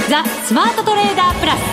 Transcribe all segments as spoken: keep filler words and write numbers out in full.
ザ・スマートトレーダープラス。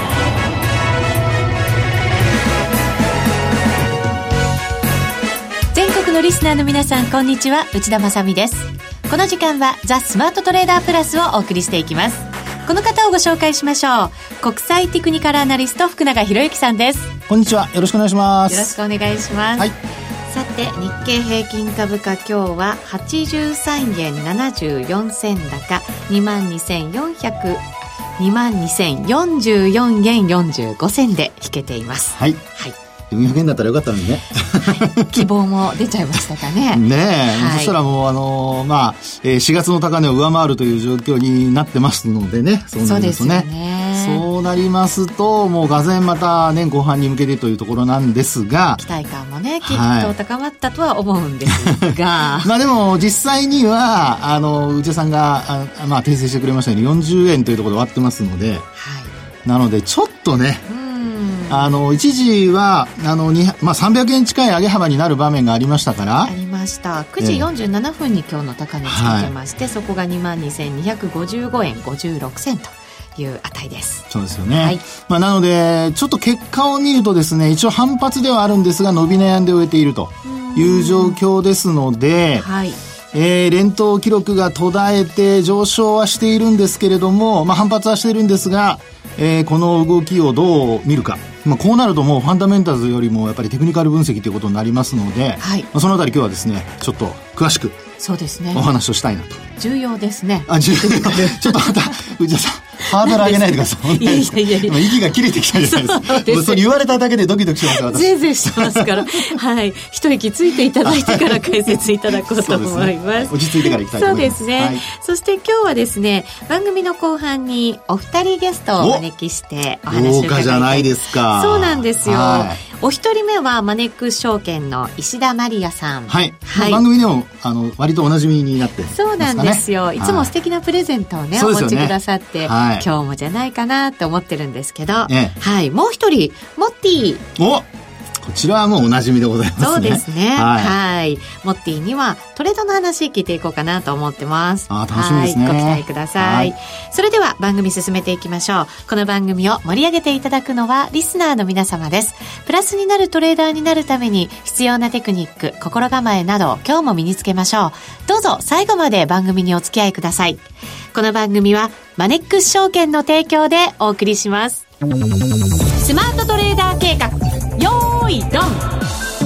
全国のリスナーの皆さん、こんにちは、内田まさみです。この時間はザ・スマートトレーダープラスをお送りしていきます。この方をご紹介しましょう。国際テクニカルアナリスト、福永博之さんです。 こんにちは、よろしくお願いします。 よろしくお願いします、はい。さて、日経平均株価、今日ははちじゅうさんえんななじゅうよんせん高 にまんにせんよんひゃくにまんにせんよんじゅうよんえんよんじゅうごせんで引けています。 はい、はい、よんひゃくえんだったらよかったのにね、 はい、希望も出ちゃいましたかね。 ねえ、 はい、 そしたらもうあのー、まあ、えー、しがつの高値を上回るという状況になってますのでね。そうなりますとね。 そうですよね。 そうなりますと、もうがぜんまた年後半に向けてというところなんですが、 期待感もね、きっと高まったとは思うんですが、 はい、まあでも実際にはあの内田さんがあ、まあ、訂正してくれましたようによんじゅうえんというところで終わってますので、はい、なのでちょっとね、あの一時はあの、まあ、さんびゃくえん近い上げ幅になる場面がありましたからありました。くじよんじゅうななふんに今日の高値つけてまして、はい、そこが にまんにせんにひゃくごじゅうごえんごじゅうろくせんという値です。 そうですよね、 はい。 まあ、なのでちょっと結果を見るとですね、一応反発ではあるんですが伸び悩んで終えているという状況ですので、はい、えー、連投記録が途絶えて上昇はしているんですけれども、まあ、反発はしているんですが、えー、この動きをどう見るか、まあ、こうなるともうファンダメンタルズよりもやっぱりテクニカル分析ということになりますので、はい、まあ、そのあたり今日はですねちょっと詳しくそうですね、 お話をしたいなと。 重要ですね。 あ、重要ちょっとまた内田さんハードル上げないでください。いやいやいやいや、息が切れてきたじゃないですか。そうです。それ言われただけでドキドキします私。 全然してますからはい、一息ついていただいてから解説いただこうと思います。 ね、はい、落ち着いてからいきたいと思います。 そうですね、はい、そして今日はですね、番組の後半にお二人ゲストをお招きしてお話を伺いたい。 豪華じゃないですか。 そうなんですよ、 はい、 お一人目はマネックス証券の石田真理也さん。 はい、はい、番組でもあの割とおなじみになってますかね。 そうなんですよ。いつも素敵なプレゼントをね、はい、お持ちくださって、はい、今日もじゃないかなって思ってるんですけど、ええ、はい、もう一人モッティ。 おこちらはもうおなじみでございますね。 そうですね、はい、はい。モッティにはトレードの話聞いていこうかなと思ってます。 あ、楽しみですね。 はい、ご期待ください。はい、それでは番組進めていきましょう。この番組を盛り上げていただくのはリスナーの皆様です。プラスになるトレーダーになるために必要なテクニック、心構えなど今日も身につけましょう。どうぞ最後まで番組にお付き合いください。この番組はマネックス証券の提供でお送りします。スマートトレーダー計画、よーいドン。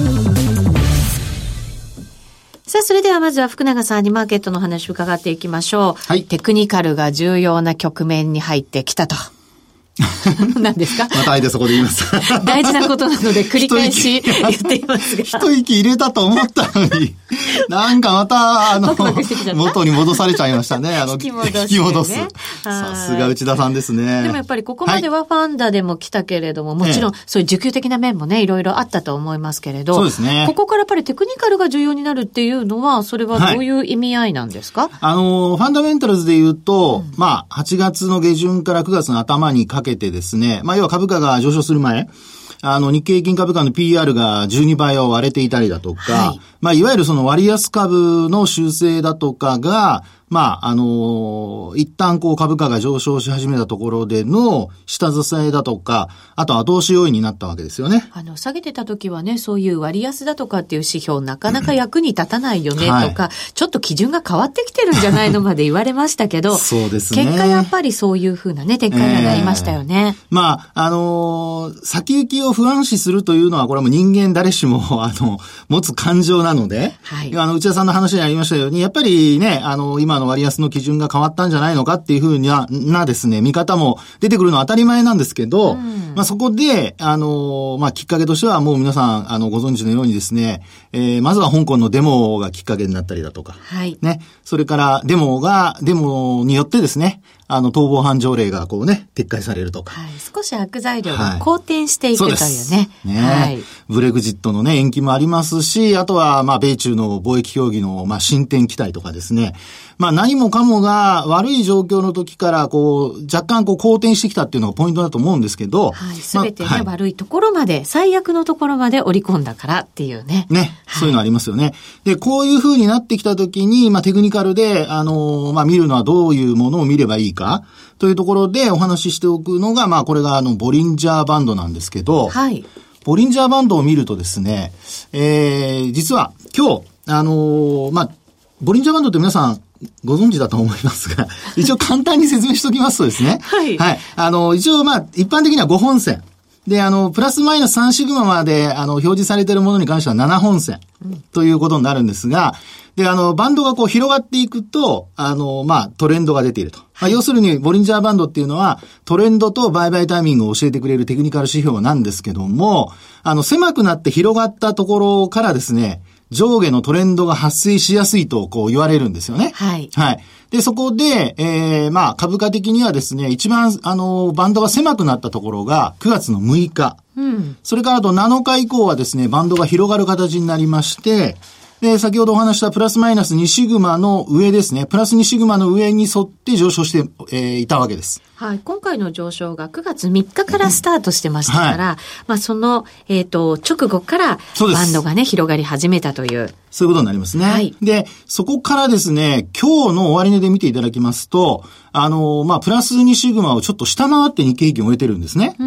さあ、それではまずは福永さんにマーケットの話を伺っていきましょう。はい、テクニカルが重要な局面に入ってきたと。何ですか？ またあえてそこで言います。 大事なことなので繰り返し言っていますが。 一息入れたと思ったのに、なんかまた、あの、元に戻されちゃいましたね。あの、引き戻す、ね。引き戻す。さすが内田さんですね。 でもやっぱりここまではファンダでも来たけれども、はい、もちろんそういう需給的な面もね、いろいろあったと思いますけれど、 そうですね。 ここからやっぱりテクニカルが重要になるっていうのは、それはどういう意味合いなんですか？はい、 あの、ファンダメンタルズで言うと、うん、まあ、はちがつの下旬からくがつの頭にかけてですね、まあ、要は株価が上昇する前、あの、日経平均株価の ピーアール がじゅうにばいを割れていたりだとか、はい、まあ、いわゆるその割安株の修正だとかが、まあ、あのー、一旦こう株価が上昇し始めたところでの下支えだとか、あと後押し要因になったわけですよね。 あの、下げてた時はね、そういう割安だとかっていう指標なかなか役に立たないよねとか、はい、ちょっと基準が変わってきてるんじゃないのまで言われましたけど、 そうですね。 結果やっぱりそういうふうなね、展開になりましたよね。 えー、まあ、あのー、先行きを不安視するというのは、これはもう人間誰しも、あの、持つ感情なので、はい、あの、内田さんの話にありましたように、やっぱりね、あの、今の割安の基準が変わったんじゃないのかっていうふうな、なですね、見方も出てくるのは当たり前なんですけど、うん、まあそこで、あの、まあきっかけとしてはもう皆さん、あの、ご存知のようにですね、えー、まずは香港のデモがきっかけになったりだとか、はい。ね。それからデモが、デモによってですね、あの、逃亡犯条例がこうね、撤回されるとか。 はい。少し悪材料が好転していくというね。はい、そうですね。 はい。ブレグジットのね、延期もありますし、あとは、まあ、米中の貿易協議の、まあ、進展期待とかですね。まあ、何もかもが悪い状況の時から、こう、若干こう、好転してきたっていうのがポイントだと思うんですけど。 はい。すべてね、まあはい、悪いところまで、最悪のところまで織り込んだからっていうね。 ね。はい、そういうのありますよね。で、こういう風になってきた時に、まあ、テクニカルで、あの、まあ、見るのはどういうものを見ればいいか。 かというところでお話ししておくのが、まあこれがあのボリンジャーバンドなんですけど、はい。ボリンジャーバンドを見るとですね、えー、実は今日、あのー、まあ、ボリンジャーバンドって皆さんご存知だと思いますが、一応簡単に説明しておきますとですね、はい。はい。あの、一応まあ、一般的にはごほんせん。で、あの、プラスマイナスさんシグマまで、あの、表示されているものに関してはななほんせんということになるんですが、で、あの、バンドがこう広がっていくと、あの、まあ、トレンドが出ていると。まあ、要するに、ボリンジャーバンドっていうのは、トレンドと売買タイミングを教えてくれるテクニカル指標なんですけども、あの、狭くなって広がったところからですね、上下のトレンドが発生しやすいとこう言われるんですよね。はい。はい。で、そこで、えー、まあ、株価的にはですね、一番、あの、バンドが狭くなったところがくがつのむいか。うん。それからあとなのか以降はですね、バンドが広がる形になりまして、で、先ほどお話したプラスマイナスにシグマの上ですね。プラスにシグマの上に沿って上昇して、えー、いたわけです。 はい。今回の上昇がくがつみっかからスタートしてましたから、はい、まあその、えっと、直後からバンドがね、広がり始めたという。 そういうことになりますね。はい。で、そこからですね、今日の終値で見ていただきますと、あの、まあプラスにシグマをちょっと下回って日経平均を終えてるんですね。うん。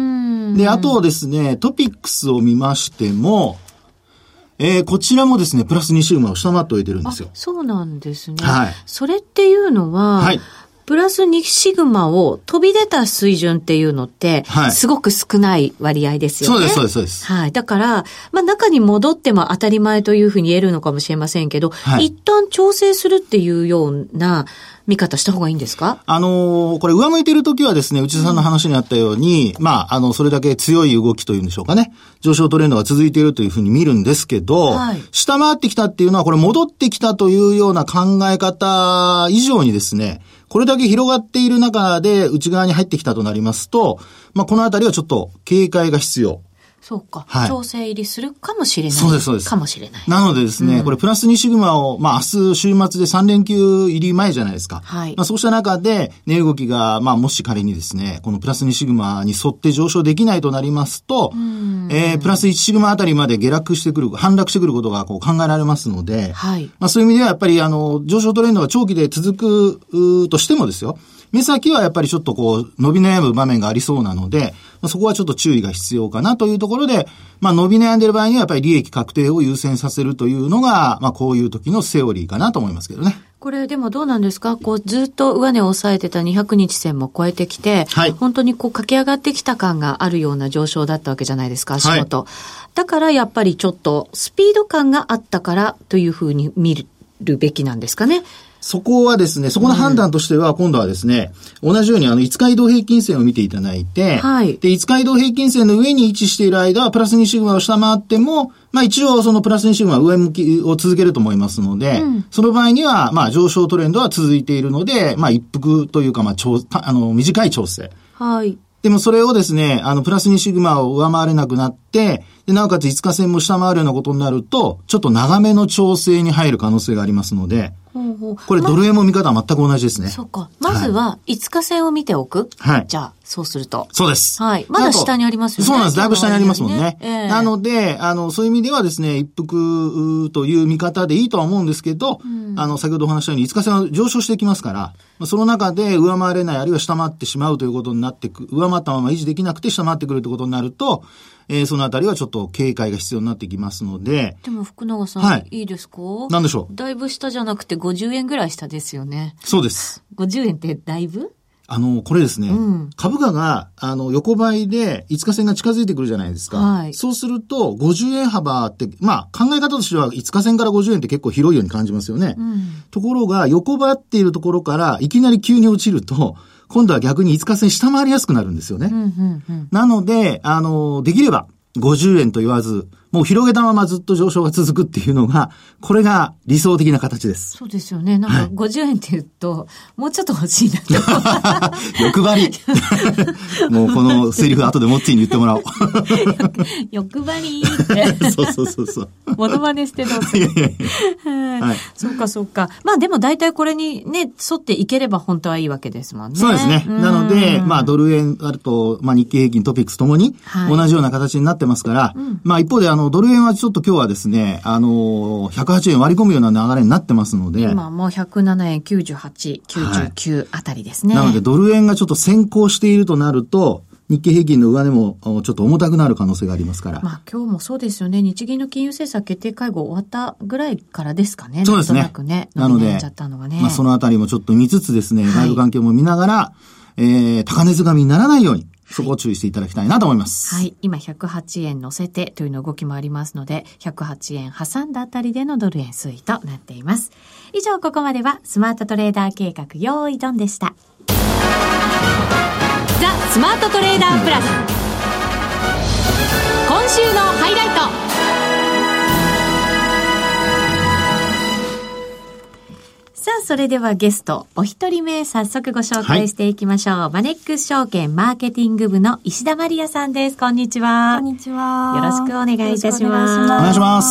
で、あとですね、トピックスを見ましても、えー、こちらもですね、プラスにシグマを下回っておいてるんですよ。 そうなんですね。はい。それっていうのは、はい。プラスにシグマを飛び出た水準っていうのって、はい、すごく少ない割合ですよね。 そうです、そうです、そうです。 はい。だから、まあ中に戻っても当たり前というふうに言えるのかもしれませんけど、はい、一旦調整するっていうような見方した方がいいんですか？ あのー、これ上向いてるときはですね、内田さんの話にあったように、うん、まあ、あの、それだけ強い動きというんでしょうかね。上昇トレンドが続いているというふうに見るんですけど、はい、下回ってきたっていうのは、これ戻ってきたというような考え方以上にですね、これだけ広がっている中で内側に入ってきたとなりますと、まあ、このあたりはちょっと警戒が必要。 そうか、はい。調整入りするかもしれない。 そうです、そうです。 かもしれない。 なのでですね、うん、これプラスにシグマを、まあ明日週末でさん連休入り前じゃないですか。はい。まあそうした中で、値動きが、まあもし仮にですね、このプラスにシグマに沿って上昇できないとなりますと、うんえー、プラスいちシグマあたりまで下落してくる、反落してくることがこう考えられますので、はい。まあそういう意味ではやっぱりあの、上昇トレンドが長期で続くとしてもですよ、目先はやっぱりちょっとこう、伸び悩む場面がありそうなので、まあ、そこはちょっと注意が必要かなというところで、まあ伸び悩んでいる場合にはやっぱり利益確定を優先させるというのが、まあこういう時のセオリーかなと思いますけどね。 これでもどうなんですか？こうずっと上値を抑えてたにひゃくにち線も超えてきて、はい、本当にこう駆け上がってきた感があるような上昇だったわけじゃないですか、足元。はい、だからやっぱりちょっとスピード感があったからというふうに見るべきなんですかね。 そこはですね、そこの判断としては、今度はですね、うん、同じようにあの、いつか移動平均線を見ていただいて、はい。で、いつか移動平均線の上に位置している間は、プラスにシグマを下回っても、まあ一応そのプラスにシグマは上向きを続けると思いますので、うん、その場合には、まあ上昇トレンドは続いているので、まあ一服というか、まあ調、あの、短い調整。はい。でもそれをですね、あの、プラスにシグマを上回れなくなって、で、なおかついつか線も下回るようなことになると、ちょっと長めの調整に入る可能性がありますので、ほうほうこれドル円も見方は全く同じですね。 そうか。まずはいつか線を見ておく。はい。じゃあ、そうすると。 そうです。 はい。まだ下にありますよね。 そうなんです。だいぶ下にありますもんね。えー、なので、あの、そういう意味ではですね、一服という見方でいいとは思うんですけど、うん、あの、先ほどお話したようにいつか線は上昇してきますから、その中で上回れない、あるいは下回ってしまうということになってく、上回ったまま維持できなくて下回ってくるということになると、えー、そのあたりはちょっと警戒が必要になってきますので。 でも福永さん、はい、いいですか？ 何でしょう？ だいぶ下じゃなくてごじゅうえんぐらい下ですよね。 そうです。 ごじゅうえんってだいぶ？ あの、これですね、うん、株価が、あの、横ばいで、いつか線が近づいてくるじゃないですか。はい。そうすると、ごじゅうえん幅って、まあ、考え方としては、いつか線からごじゅうえんって結構広いように感じますよね。うん。ところが、横ばっているところから、いきなり急に落ちると、今度は逆にいつか線下回りやすくなるんですよね。うんうんうん。なので、あの、できれば、ごじゅうえんと言わず、もう広げたままずっと上昇が続くっていうのが、これが理想的な形です。 そうですよね。なんかごじゅうえんって言うと、はい、もうちょっと欲しいなって思う。 欲張り。もうこのセリフ後でモッツィに言ってもらおう。 欲張りって。 そうそうそうそう。 モノマネしてどうする。ははい、そうかそうか。まあでも大体これにね、沿っていければ本当はいいわけですもんね。 そうですね。なので、まあドル円、あると、まあ日経平均トピックスともに同じような形になってますから、はい、まあ一方であのドル円はちょっと今日はですね、あの、ひゃくはちえん割り込むような流れになってますので。 今もうひゃくななえんきゅうじゅうはち、きゅうじゅうきゅうあたりですね。 はい、なのでドル円がちょっと先行しているとなると、日経平均の上値もちょっと重たくなる可能性がありますから。 まあ今日もそうですよね。日銀の金融政策決定会合終わったぐらいからですかね。 そうですね。 なんとなくね。 なので、まあそのあたりもちょっと見つつですね、外部関係も見ながら、はい、えー、高値掴みにならないように、そこを注意していただきたいなと思います。 はい。今ひゃくはちえん乗せてというの動きもありますので、ひゃくはちえん挟んだあたりでのドル円推移となっています。以上、ここまではスマートトレーダー計画用意ドンでした。ザ・スマートトレーダープラス。今週のハイライト。さあ、それではゲスト、お一人目早速ご紹介していきましょう。はい、マネックス証券マーケティング部の石田まりやさんです。こんにちは。 こんにちは。 よろしくお願いいたします。 お願いします。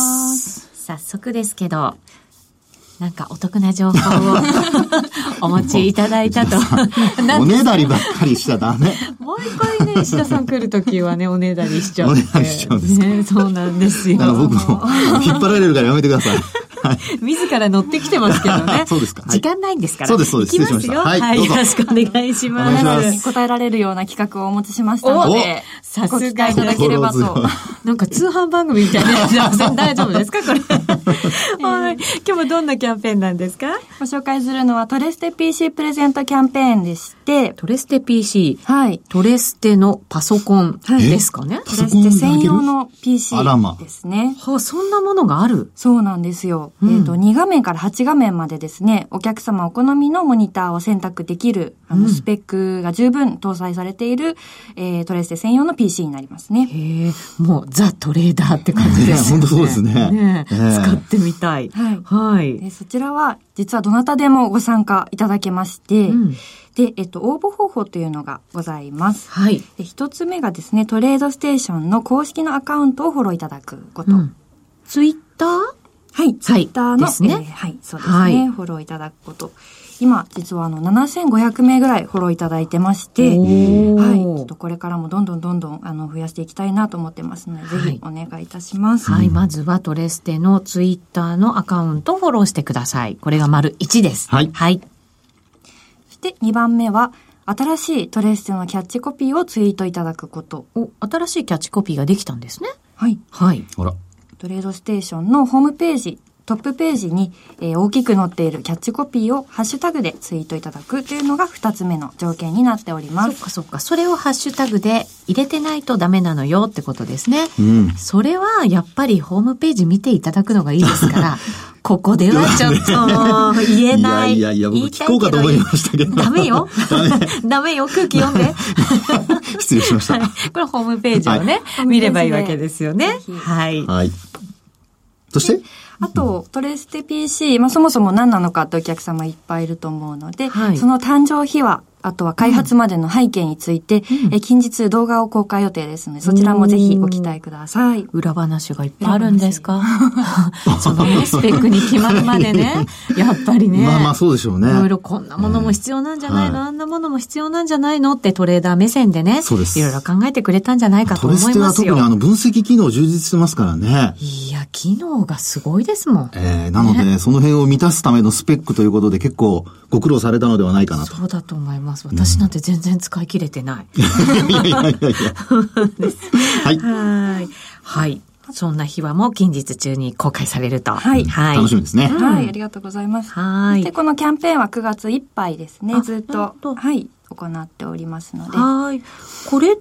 早速ですけど、なんかお得な情報をお持ちいただいたと。 おねだりばっかりしちゃダメ。 毎回ね、石田さん来るときはね、おねだりしちゃう、ね。 おねだりしちゃうんですか、 ね。そうなんですよ。 だから僕も引っ張られるからやめてください。 はい、自ら乗ってきてますけどね。 そうですか。 時間ないんですから。 そうです、そうです。 行きますよ。はい、はい、よろしくお願いします。 おねだりに答えられるような企画をお持ちしましたので、 さすがご期待いただければと。 なんか通販番組みたいな。大丈夫ですかこれ。はい。今日もどんなキャンペーンなんですか？ ご紹介するのはトレステ ピーシー プレゼントキャンペーンでして、 トレステ ピーシー。 はい。 トレステのパソコンですかね。 トレステ専用の ピーシー ですね。 はあ、そんなものがある？ そうなんですよ。うん、えっと、に画面からはち画面までですね、お客様お好みのモニターを選択できる、あの、スペックが十分搭載されている、えー、トレステ専用の ピーシー になりますね。 へえ、もうザ・トレーダーって感じですね。 本当そうですね。 ね、えー、使ってみたい。 はい。 はい。 で、そちらは、実はどなたでもご参加いただけまして、うん、で、えっと、応募方法というのがございます。 はい。 で、一つ目がですね、トレードステーションの公式のアカウントをフォローいただくこと。うん、 ツイッター？ はい。ツイッターの、 ですね。 えー、はい、そうですね、はい。フォローいただくこと。今、実はあの、ななせんごひゃくめいぐらいフォローいただいてまして、はい。ちょっとこれからもどんどんどんどん、あの、増やしていきたいなと思ってますので、はい、ぜひお願いいたします。 はい。まずはトレステのツイッターのアカウントをフォローしてください。これが丸いちです。 はい。 はい。 そしてにばんめは、新しいトレステのキャッチコピーをツイートいただくこと。 お、新しいキャッチコピーができたんですね。 はい。 はい。 ほら。 トレードステーションのホームページ、トップページに、えー、大きく載っているキャッチコピーをハッシュタグでツイートいただくというのが二つ目の条件になっております。 そっかそっか。それをハッシュタグで入れてないとダメなのよってことですね。 うん。 それはやっぱりホームページ見ていただくのがいいですから、ここではちょっと言えない。 いやいやいや、僕聞こうかと思いましたけど。 ダメよ。ダメよ。空気読んで。 失礼しました。 はい、これホームページをね、はい、見ればいいわけですよね。はい。 はい。そしてあと、トレステ ピーシー、まあ、そもそも何なのかってお客様いっぱいいると思うので、はい、その誕生秘話、あとは開発までの背景について、うん、え近日動画を公開予定ですので、そちらもぜひご期待ください。 裏話がいっぱいあるんですか？そのね、スペックに決まるまでね、やっぱりね。 まあまあそうでしょうね。 いろいろこんなものも必要なんじゃないの、うん、あんなものも必要なんじゃないのってトレーダー目線でね、 そうです。 いろいろ考えてくれたんじゃないかと思いますよ。トレステは特にあの分析機能充実してますからね。 いや、機能がすごいですもん。 えー、なので、ね、その辺を満たすためのスペックということで結構ご苦労されたのではないかなと。 そうだと思います。私なんて全然使い切れてない。 いやいやいやいや。はい。 はい。はい。そんな秘話も近日中に公開されると。 はい。 はい。楽しみですね。 はい。ありがとうございます。 はい。 で、このキャンペーンはくがついっぱいですね。ずっと、はい。行っておりますので。 はい。これって、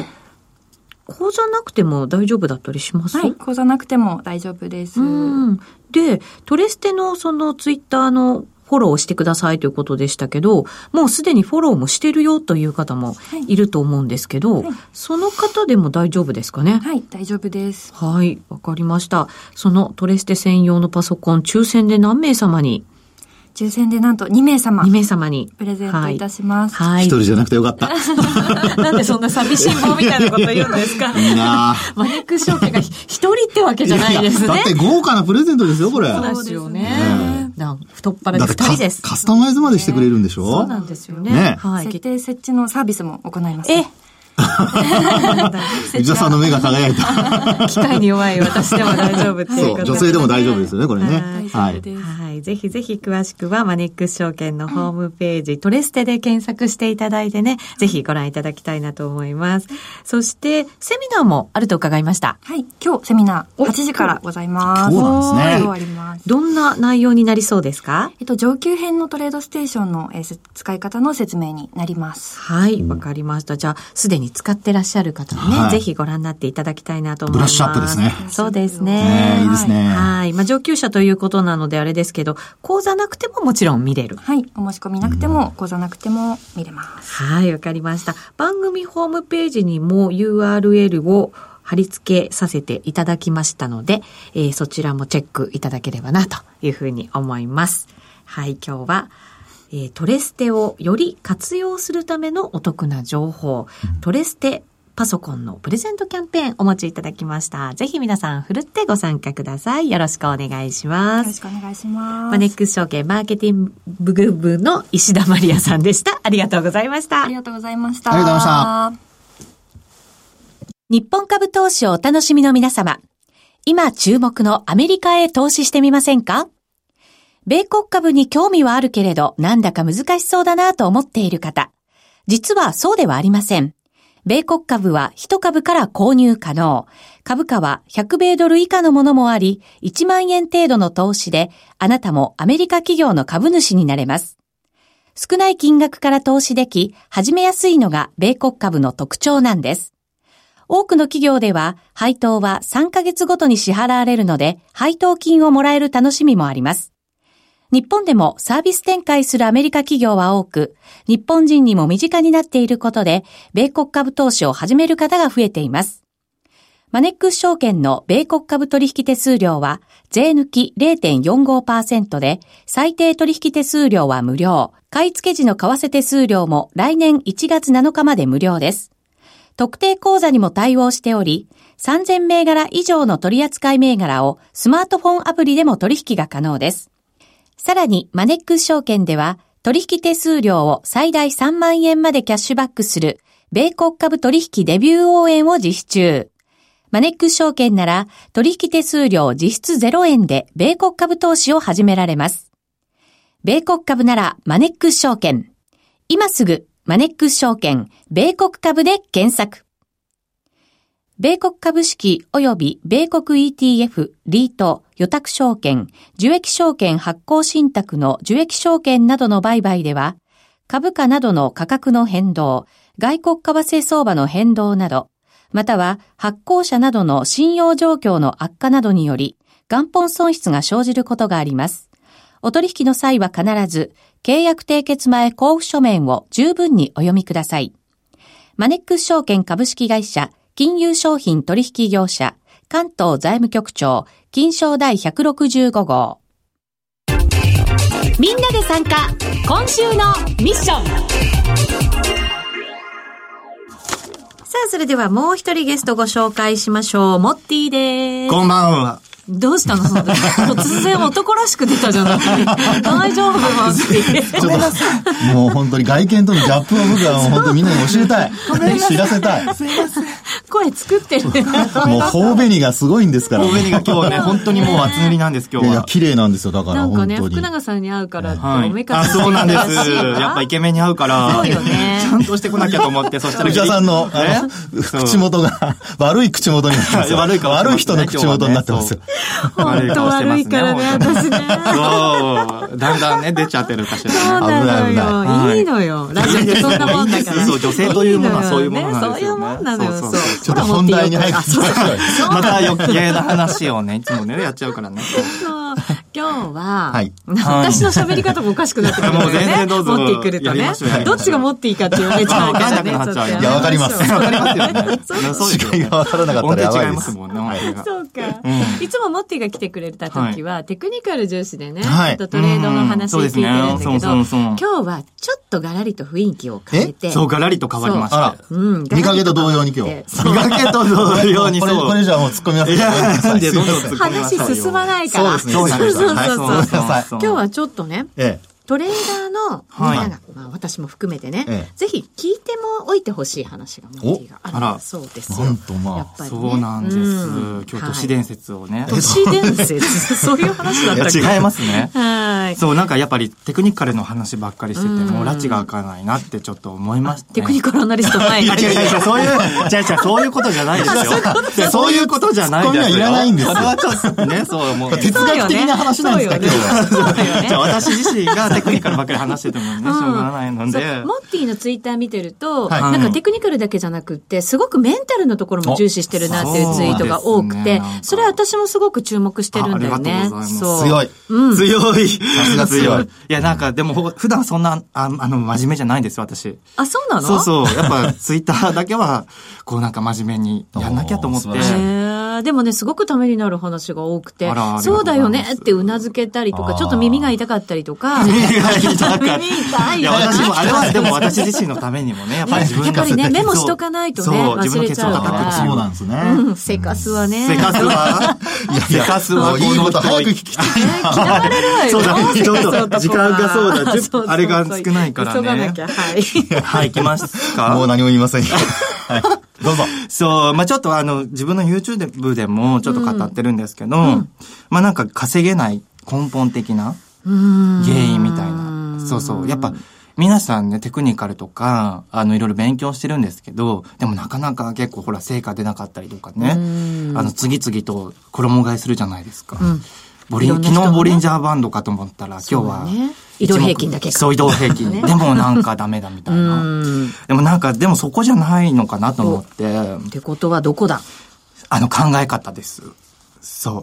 口座なくても大丈夫だったりします？ はい。口座なくても大丈夫です。 うん。で、トレステのそのツイッターのフォローをしてくださいということでしたけど、もうすでにフォローもしてるよという方もいると思うんですけど、はいはい、その方でも大丈夫ですかね？ はい、大丈夫です。 はい、わかりました。そのトレステ専用のパソコン、抽選で何名様に？ 抽選でなんとにめいさま。 にめいさまに。 プレゼントいたします。 はい。一人じゃなくてよかった。 なんでそんな寂しん坊みたいなこと言うんですか？ いいなぁ。マネックス証券が一人ってわけじゃないですね。 だって豪華なプレゼントですよ、これ。 そうですよね。なん太っ腹でふたりです。 カスタマイズまでしてくれるんでしょ？ そうなんですよね。 ね。 はい。設定設置のサービスも行います。 え内田さんの目が輝いた。 機械に弱い私でも大丈夫っていうことで、 そう、女性でも大丈夫ですよね、これね。 はい。 はい。ぜひぜひ詳しくはマネックス証券のホームページ、トレステで検索していただいてね、ぜひご覧いただきたいなと思います。そして、セミナーもあると伺いました。 はい。今日セミナーはちじからございます。 そうなんですね。 今日あります。 どんな内容になりそうですか？ えっと、上級編のトレードステーションの、えー、使い方の説明になります。 はい。わかりました。じゃあ、すでに使ってらっしゃる方にね、はい、ぜひご覧になっていただきたいなと思います。 ブラッシュアップですね。 そうですね。 ね、いいですね。 はい。まあ、上級者ということなのであれですけど、講座なくてももちろん見れる。 はい。お申し込みなくても、講座なくても見れます。 はい。わかりました。番組ホームページにも ユーアールエル を貼り付けさせていただきましたので、えー、そちらもチェックいただければなというふうに思います。はい。今日は、えー、トレステをより活用するためのお得な情報、うん、トレステパソコンのプレゼントキャンペーンお持ちいただきました。ぜひ皆さんふるってご参加ください。よろしくお願いします。 よろしくお願いします。 マネックス証券マーケティング部の石田マリアさんでした。ありがとうございました。 ありがとうございました。 ありがとうございました。 日本株投資をお楽しみの皆様。今注目のアメリカへ投資してみませんか？米国株に興味はあるけれど、なんだか難しそうだなと思っている方。実はそうではありません。米国株はいち株から購入可能。株価はひゃく米ドル以下のものもあり、いちまんえん程度の投資で、あなたもアメリカ企業の株主になれます。少ない金額から投資でき、始めやすいのが米国株の特徴なんです。多くの企業では、配当はさんかげつごとに支払われるので、配当金をもらえる楽しみもあります。日本でもサービス展開するアメリカ企業は多く、日本人にも身近になっていることで、米国株投資を始める方が増えています。マネックス証券の米国株取引手数料は、税抜き ゼロてんよんごパーセント で、最低取引手数料は無料。買い付け時の為替手数料も来年いちがつなのかまで無料です。特定口座にも対応しており、さんぜんめいがら以上の取扱銘柄をスマートフォンアプリでも取引が可能です。さらに、マネックス証券では、取引手数料を最大さんまんえんまでキャッシュバックする、米国株取引デビュー応援を実施中。マネックス証券なら、取引手数料実質ゼロえんで、米国株投資を始められます。米国株なら、マネックス証券。今すぐ、マネックス証券、米国株で検索。米国株式及び米国 イーティーエフ、リート、予託証券、受益証券発行信託の受益証券などの売買では、株価などの価格の変動、外国為替相場の変動など、または発行者などの信用状況の悪化などにより、元本損失が生じることがあります。お取引の際は必ず、契約締結前交付書面を十分にお読みください。マネックス証券株式会社、金融商品取引業者、関東財務局長、金商第ひゃくろくじゅうご号。みんなで参加、今週のミッション。さあ、それではもう一人ゲストご紹介しましょう。モッティです。 こんばんは。 どうしたのその突然男らしく出たじゃない大丈夫モッティ。 ごめんなさい。もう本当に外見とのギャップを僕はもう本当にみんなに教えたい。知らせたい。 すいません。声作ってるね。 もう頬紅がすごいんですから。 頬紅が今日ね、本当にもう厚塗りなんです、今日は。 いや、綺麗なんですよ、だから本当に。 なんかね、福永さんに会うからって、 はい、 おめかしあ、そうなんです。やっぱイケメンに会うから。 そうよね。 ちゃんとしてこなきゃと思って、そしたら。 内田さんの、あの、口元が、悪い口元になってますよ。悪い悪い人の口元になってますよ。 本当悪いからね、私ね。 そう。だんだんね、出ちゃってるかしらね。 そうなのよ。いいのよ。ラジオってそんなもんだから。 そう、女性というものはそういうものなんですよね。 そういうもんなのよ。そう。 ちょっと本題に入ってまた余計な話をね、いつもね、やっちゃうからね。 そう。今日今日は、はい、私の喋り方もおかしくなってくるんだよね。もう全然どうぞ。持ってくるとね。どっちが持っていいかって言われちゃうからね。 いや、わかります。わかりますよね。違いがわからなかったらやばいです。 もんね、 そうか、うん。いつもモッティが来てくれた時は、はい、テクニカル重視でね、はい、トレードの話聞いてるんだけど、今日はちょっとガラリと雰囲気を変えて。 そう、ガラリと変わりました。 うん、見かけと同様に今日。 見かけと同様に。 これ、これじゃもう突っ込みやすい。いや、 なんでどんどん突っ込みなさいよ。 話進まないから。 そうですね。 そうそうそうそう。今日はちょっとね、ええ、トレーダーのみんなが、はい、まあ私も含めてね、ええ、ぜひ聞いてもおいてほしい話がモッティがあるんだそうですよ。 なんとまあ、 やっぱりね、 そうなんです。うん、今日都市伝説をね。 はい、都市伝説そういう話だったっけ？ 違いますね。 はい。 そう、なんかやっぱりテクニカルの話ばっかりしてても、拉致が開かないなってちょっと思いました、ね。 テクニカルアナリスト前に。 いやいやいや、そういう、じゃあじゃあそういうことじゃないですよ。そういうことじゃないですよ。 いらないんですよ。 それはちょっとね、そう、もう。 哲学的な話なんですか、今日は。 そうよね。 じゃあ私自身がテクニカルばっかり話しててもね、しょうがないので。 モッティのツイッター見てると、はい、なんかテクニカルだけじゃなくって、すごくメンタルのところも重視してるなっていうツイートが多くて、そ, それは私もすごく注目してるんだよね。 ありがとうございます。 そう強い。 うん、 強い。 さすが強い。いや、なんかでも普段そんな、あ, あの、真面目じゃないんですよ、私。 あ、そうなの？ そうそう。やっぱツイッターだけは、こうなんか真面目にやんなきゃと思って。 でもね、すごくためになる話が多くて、そうだよねってうなずけたりとか、ちょっと耳が痛かったりとか。 耳が痛かった。 耳痛い。 いや、私も、あれはでも私自身のためにもね、やっぱり自分が。 やっぱりね、メモしとかないとね、忘れちゃうから。 そうなんですね。 うん、セカスはね。 セカスは、いや、セカスはこのいいこと早く聞きたい。 嫌われるわよ。 そうだ、ちょっと時間がそうだ、あれが少ないからね。 急がなきゃ、はい。 はい、行きますか。 もう何も言いませんよ。はい。どうぞ。 そう、まあちょっとあの、自分の YouTube でもちょっと語ってるんですけど、うん、まあなんか稼げない根本的な原因みたいな。そうそう。やっぱ、皆さんね、テクニカルとか、あの、いろいろ勉強してるんですけど、でもなかなか結構ほら、成果出なかったりとかね、あの、次々と衣替えするじゃないですか。うん、ボリン、ね、昨日ボリンジャーバンドかと思ったら、今日は、 ね、移動平均だけか。 そう、移動平均。ね、でもなんかダメだみたいな。でもなんか、でもそこじゃないのかなと思って。 ってことはどこだ？ あの、考え方です。そう。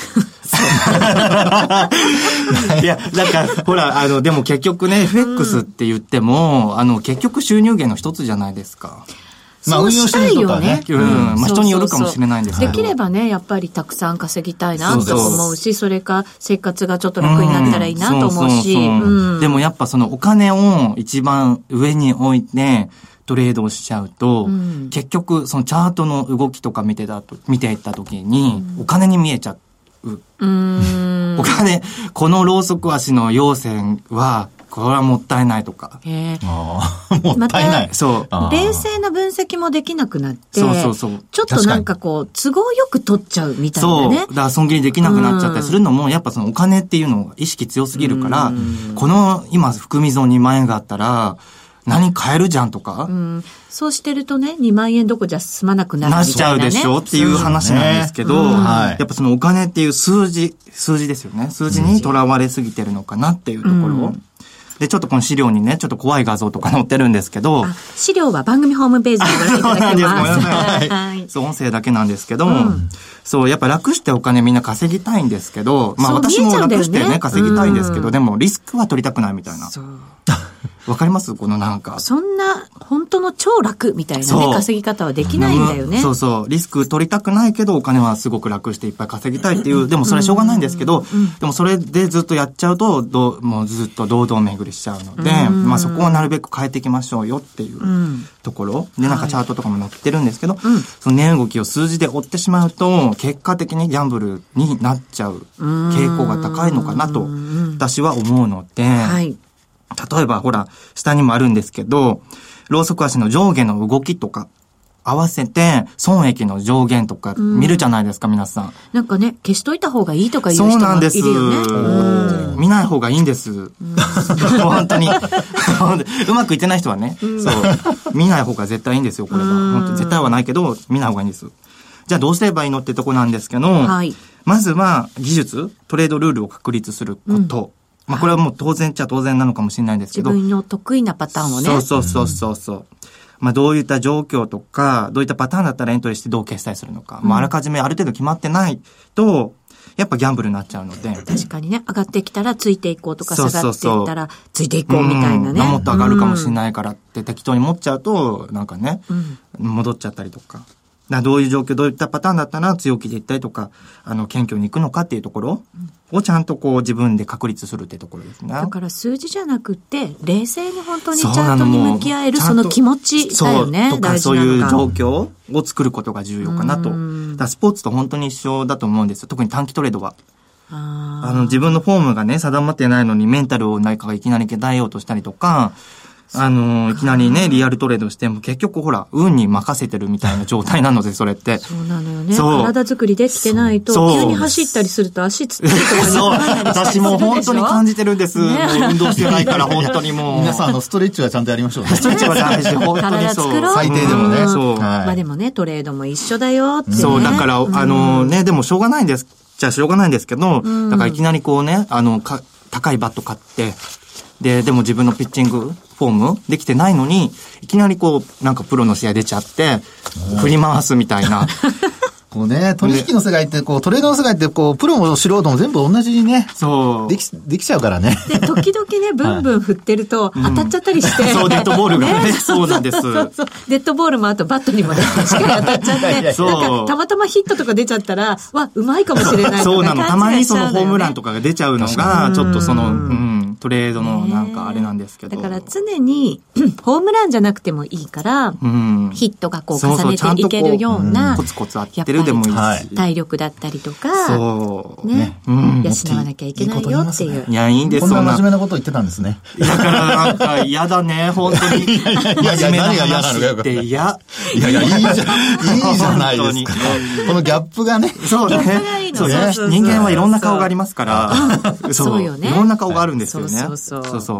いや、なんか、ほら、あの、でも結局ね、エフエックス って言っても、うん、あの、結局収入源の一つじゃないですか。 まあ、運用してる人はね。 うん。まあ、人によるかもしれないんですけど。 できればね、やっぱりたくさん稼ぎたいなと思うし、それか生活がちょっと楽になったらいいなと思うし。 でもやっぱそのお金を一番上に置いて、トレードをしちゃうと、うん、結局そのチャートの動きとか見てたと、見ていった時に、お金に見えちゃう。 うーん、 お金、このローソク足の陽線は、これはもったいないとか。 へあもったいない。 ま、そう。冷静な分析もできなくなって、 そうそうそう。 ちょっとなんかこう、都合よく取っちゃうみたいなね。 そう。だから損切りできなくなっちゃったりするのも、やっぱそのお金っていうのが意識強すぎるから、この今、含み損にまんえんがあったら、何買えるじゃんとか、 うん、そうしてるとね、にまんえんどこじゃ済まなくなるみたいな、ね、 なっちゃうでしょっていう話なんですけど、ねうんはい、やっぱそのお金っていう数字、数字ですよね。数字にとらわれすぎてるのかなっていうところ。うんで、ちょっとこの資料にね、ちょっと怖い画像とか載ってるんですけど。 資料は番組ホームページにご覧いただけます。 そうなんです。ごめんなさい。はい。そう、音声だけなんですけど、うん、そう、やっぱ楽してお金みんな稼ぎたいんですけど、まあ私も楽してね、稼ぎたいんですけど、でもリスクは取りたくないみたいな。そう。わかりますこのなんか。 そんな、本当の超楽みたいなね、稼ぎ方はできないんだよね、 うん。そうそう。リスク取りたくないけど、お金はすごく楽していっぱい稼ぎたいっていう、でもそれはしょうがないんですけど、うん、でもそれでずっとやっちゃうと、どうもうずっと堂々巡りしちゃうので、うん、まあそこをなるべく変えていきましょうよっていうところ。うん、で、なんかチャートとかも載ってるんですけど、はい、その値動きを数字で追ってしまうと、結果的にギャンブルになっちゃう傾向が高いのかなと、私は思うので、はい例えば、ほら、下にもあるんですけど、ローソク足の上下の動きとか、合わせて、損益の上限とか見るじゃないですか、うん、皆さん。 なんかね、消しといた方がいいとか言う人もいるよね。そうなんです。見ない方がいいんです。うん、本当に。うまくいってない人はね、うん、そう。見ない方が絶対いいんですよ、これは。本当に絶対はないけど、見ない方がいいんです。じゃあどうすればいいのってとこなんですけど、はい、まずは技術、トレードルールを確立すること。うんまあこれはもう当然っちゃ当然なのかもしれないんですけど。 自分の得意なパターンをね。 そうそうそうそうそう。うん、まあどういった状況とか、どういったパターンだったらエントリーしてどう決済するのか。うん、まああらかじめある程度決まってないと、 やっぱギャンブルになっちゃうので。 確かにね、上がってきたらついていこうとか、下がっていったらついていこうみたいなね。 もっと上がるかもしれないからって適当に持っちゃうと、なんかね、うん、戻っちゃったりとか。だどういう状況、どういったパターンだったら強気でいったりとか、あの、謙虚に行くのかっていうところをちゃんとこう自分で確立するっていうところですね。 だから数字じゃなくて、冷静に本当にチャートに向き合えるその気持ちだよね。 そうとかそういう状況を作ることが重要かなと。だからスポーツと本当に一緒だと思うんですよ。特に短期トレードは。ああの、自分のフォームがね、定まってないのにメンタルを何かがいきなり鍛えようとしたりとか、あの、いきなりね、リアルトレードしても結局ほら、運に任せてるみたいな状態なので、それって。 そうなのよね。体作りできてないと、急に走ったりすると足つったりとかそう。私も本当に感じてるんです。ね、もう運動してないから本当にもう。 皆さん、あの、ストレッチはちゃんとやりましょうね。 ストレッチは大事。本当にそう。 最低でもね。 そう。まあでもね、トレードも一緒だよって、ね。 そう、だから、あのね、でもしょうがないんです。じゃあしょうがないんですけど、だからいきなりこうね、あの、か、高いバット買って、で、でも自分のピッチングフォームできてないのに、いきなりこう、なんかプロの試合出ちゃって、振り回すみたいな。 こうね、取引の世界って、こう、トレードの世界って、こう、プロも素人も全部同じにね、そう。でき、できちゃうからね。 で、時々ね、ブンブン振ってると、当たっちゃったりして。 そう、デッドボールがね、そうなんです。 そうそう。デッドボールもあとバットにもね、しっかり当たっちゃって、そう。なんか、たまたまヒットとか出ちゃったら、わ、うまいかもしれない。 そうなの。たまにそのホームランとかが出ちゃうのが、ちょっとその、うん、トレードのなんかあれなんですけど。 だから常に、ホームランじゃなくてもいいから、ヒットがこう重ねていけるような、 コツコツ合ってるでもいいし。 体力だったりとか、そうね、うん、養わなきゃいけないよっていう。 いや、いいんです。 こんな真面目なこと言ってたんですね。 だからなんか嫌だね、本当に。いやいやいや、真面目な話って嫌。いやいや、いいじゃん、いいじゃないですか。このギャップがね。 そうね。そうね。人間はいろんな顔がありますから。 そうよね。 いろんな顔があるんですよね。 そうそうそうそう。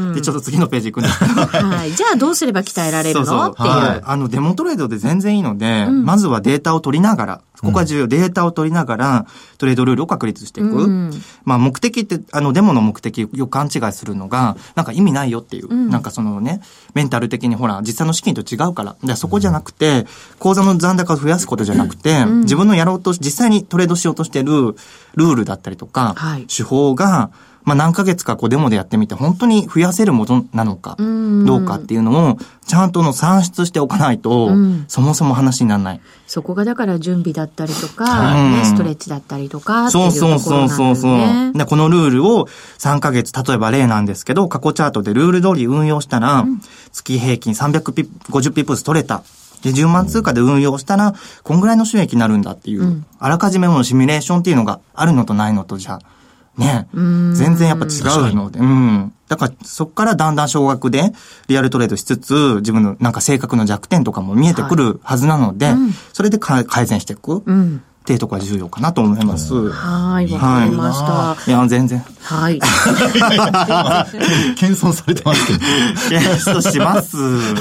で、ちょっと次のページ行くんですけど。 はい。じゃあどうすれば鍛えられるのっていう。 あの、デモトレードで全然いいので、まずはデータを取りながら、ここは重要。データを取りながら、トレードルールを確立していく。うん、まあ、目的って、あの、デモの目的よく勘違いするのが、なんか意味ないよっていう。うん、なんかそのね、メンタル的にほら、実際の資金と違うから。でそこじゃなくて、口座の残高を増やすことじゃなくて、うん、自分のやろうと、実際にトレードしようとしてるルールだったりとか、はい、手法が、まあ何ヶ月かこうデモでやってみて本当に増やせるものなのかどうかっていうのをちゃんとの算出しておかないと、うん、そもそも話にならない。 そこがだから準備だったりとか、うんね、ストレッチだったりとかっていうところなんですね。そうそうそうそうでこのルールをさんかげつ、例えば例なんですけど、過去チャートでルール通り運用したら、うん、月平均さんびゃくごじゅうピップス取れた。で、じゅうまん通貨で運用したら、こんぐらいの収益になるんだっていう、うん、あらかじめのシミュレーションっていうのがあるのとないのとじゃね、全然やっぱ違うので、うん。だからそこからだんだん少額でリアルトレードしつつ、自分のなんか性格の弱点とかも見えてくるはずなので、はいうん、それで改善していく。うんっていうところが重要かなと思います。 はい、わかりました。 はい、いや、全然。 はい。 謙遜されてますけど。 謙遜します。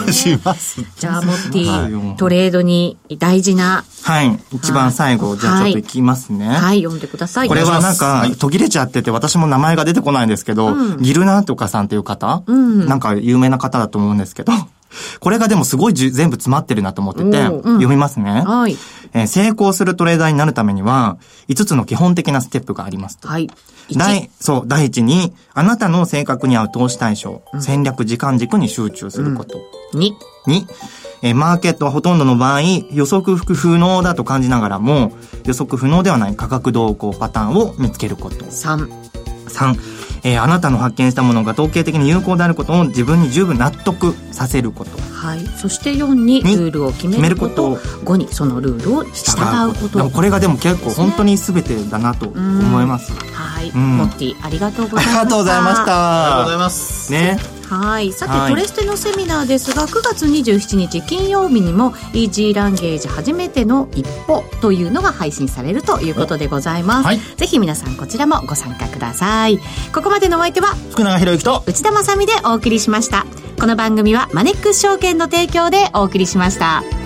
します。 じゃあ、モッティ、トレードに大事な。 はい。一番最後、じゃあちょっといきますね。 はい、読んでください。 これはなんか、途切れちゃってて、私も名前が出てこないんですけど、うん、ギルナーとかさんっていう方、うん、なんか有名な方だと思うんですけど、これがでもすごいじゅ全部詰まってるなと思ってて、うん、読みますね、はいえー。成功するトレーダーになるためには、いつつの基本的なステップがありますと。はい。第、そう、第一に、あなたの性格に合う投資対象、うん、戦略時間軸に集中すること。 うん、に、 に、えー、マーケットはほとんどの場合、予測不能だと感じながらも、予測不能ではない価格動向パターンを見つけること。 さん、 さん、えー、あなたの発見したものが統計的に有効であることを自分に十分納得させること。 はい。そしてよんにルールを決めること。ごにそのルールを従うこと。 これがでも結構本当に全てだなと思います。 はい。モッティありがとうございました。 ありがとうございました。 ありがとうございます。 ね。 はい。さて、はい、トレステのセミナーですが、くがつにじゅうしちにち金曜日にもイージーランゲージ初めての一歩というのが配信されるということでございます。はい、ぜひ皆さんこちらもご参加ください。ここまでのお相手は福永博之と内田まさみでお送りしました。この番組はマネックス証券の提供でお送りしました。